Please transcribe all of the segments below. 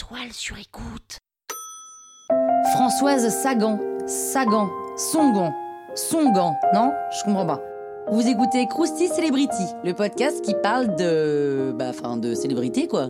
toile sur écoute. Françoise Sagan, Songan, non? Je comprends pas. Vous écoutez Krusty Celebrity, le podcast qui parle de célébrité, quoi.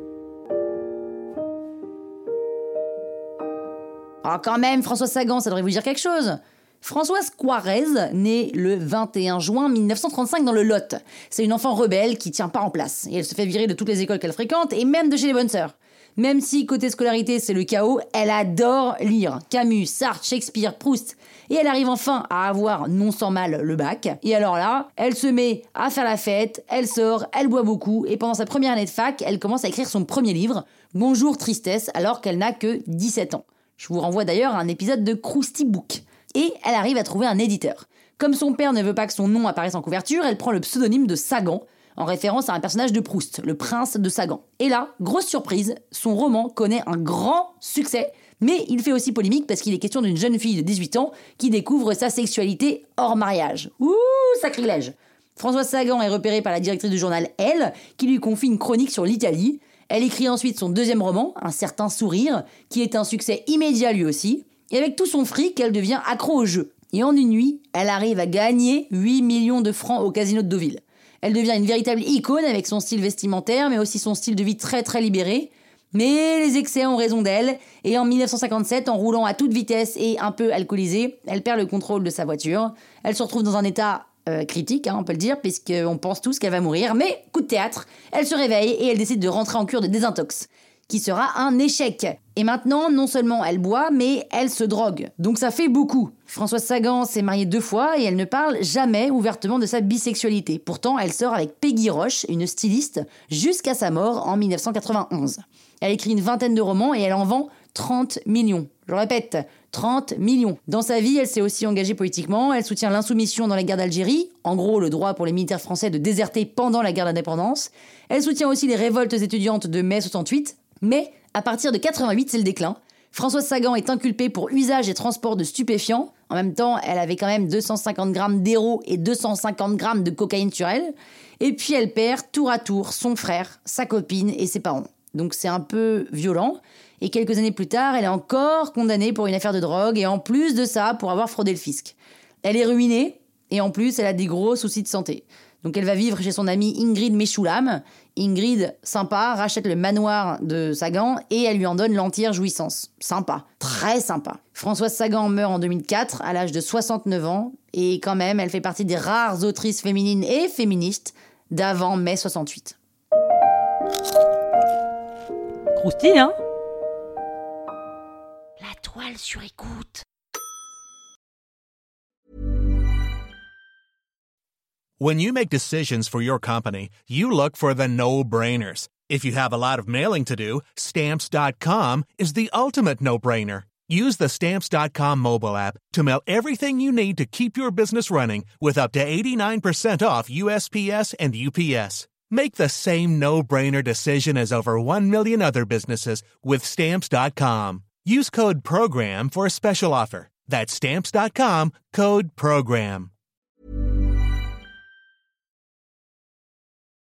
Ah, quand même, Françoise Sagan, ça devrait vous dire quelque chose. Françoise Quarez, née le 21 juin 1935 dans le Lot. C'est une enfant rebelle qui tient pas en place. Et elle se fait virer de toutes les écoles qu'elle fréquente et même de chez les bonnes sœurs. Même si côté scolarité c'est le chaos, elle adore lire. Camus, Sartre, Shakespeare, Proust. Et elle arrive enfin à avoir non sans mal le bac. Et alors là, elle se met à faire la fête, elle sort, elle boit beaucoup. Et pendant sa première année de fac, elle commence à écrire son premier livre, Bonjour Tristesse, alors qu'elle n'a que 17 ans. Je vous renvoie d'ailleurs à un épisode de Krusty Book. Et elle arrive à trouver un éditeur. Comme son père ne veut pas que son nom apparaisse en couverture, elle prend le pseudonyme de Sagan, en référence à un personnage de Proust, le prince de Sagan. Et là, grosse surprise, son roman connaît un grand succès, mais il fait aussi polémique parce qu'il est question d'une jeune fille de 18 ans qui découvre sa sexualité hors mariage. Ouh, sacrilège! Françoise Sagan est repérée par la directrice du journal Elle, qui lui confie une chronique sur l'Italie. Elle écrit ensuite son deuxième roman, Un certain sourire, qui est un succès immédiat lui aussi. Et avec tout son fric, elle devient accro au jeu. Et en une nuit, elle arrive à gagner 8 millions de francs au casino de Deauville. Elle devient une véritable icône avec son style vestimentaire, mais aussi son style de vie très très libéré. Mais les excès ont raison d'elle, et en 1957, en roulant à toute vitesse et un peu alcoolisée, elle perd le contrôle de sa voiture. Elle se retrouve dans un état critique, on peut le dire, puisqu'on pense tous qu'elle va mourir. Mais, coup de théâtre, elle se réveille et elle décide de rentrer en cure de désintox, qui sera un échec. Et maintenant, non seulement elle boit, mais elle se drogue. Donc ça fait beaucoup. Françoise Sagan s'est mariée 2 fois et elle ne parle jamais ouvertement de sa bisexualité. Pourtant, elle sort avec Peggy Roche, une styliste, jusqu'à sa mort en 1991. Elle écrit une vingtaine de romans et elle en vend 30 millions. Je répète, 30 millions. Dans sa vie, elle s'est aussi engagée politiquement. Elle soutient l'insoumission dans la guerre d'Algérie, en gros le droit pour les militaires français de déserter pendant la guerre d'indépendance. Elle soutient aussi les révoltes étudiantes de mai 68. Mais, à partir de 88, c'est le déclin. Françoise Sagan est inculpée pour usage et transport de stupéfiants. En même temps, elle avait quand même 250 grammes d'héros et 250 grammes de cocaïne sur elle. Et puis elle perd tour à tour son frère, sa copine et ses parents. Donc c'est un peu violent. Et quelques années plus tard, elle est encore condamnée pour une affaire de drogue et en plus de ça, pour avoir fraudé le fisc. Elle est ruinée et en plus, elle a des gros soucis de santé. Donc elle va vivre chez son amie Ingrid Meshulam. Ingrid, sympa, rachète le manoir de Sagan et elle lui en donne l'entière jouissance. Sympa, très sympa. Françoise Sagan meurt en 2004 à l'âge de 69 ans et quand même, elle fait partie des rares autrices féminines et féministes d'avant mai 68. Croustille, hein? La toile sur écoute. When you make decisions for your company, you look for the no-brainers. If you have a lot of mailing to do, Stamps.com is the ultimate no-brainer. Use the Stamps.com mobile app to mail everything you need to keep your business running with up to 89% off USPS and UPS. Make the same no-brainer decision as over 1 million other businesses with Stamps.com. Use code PROGRAM for a special offer. That's Stamps.com, code PROGRAM.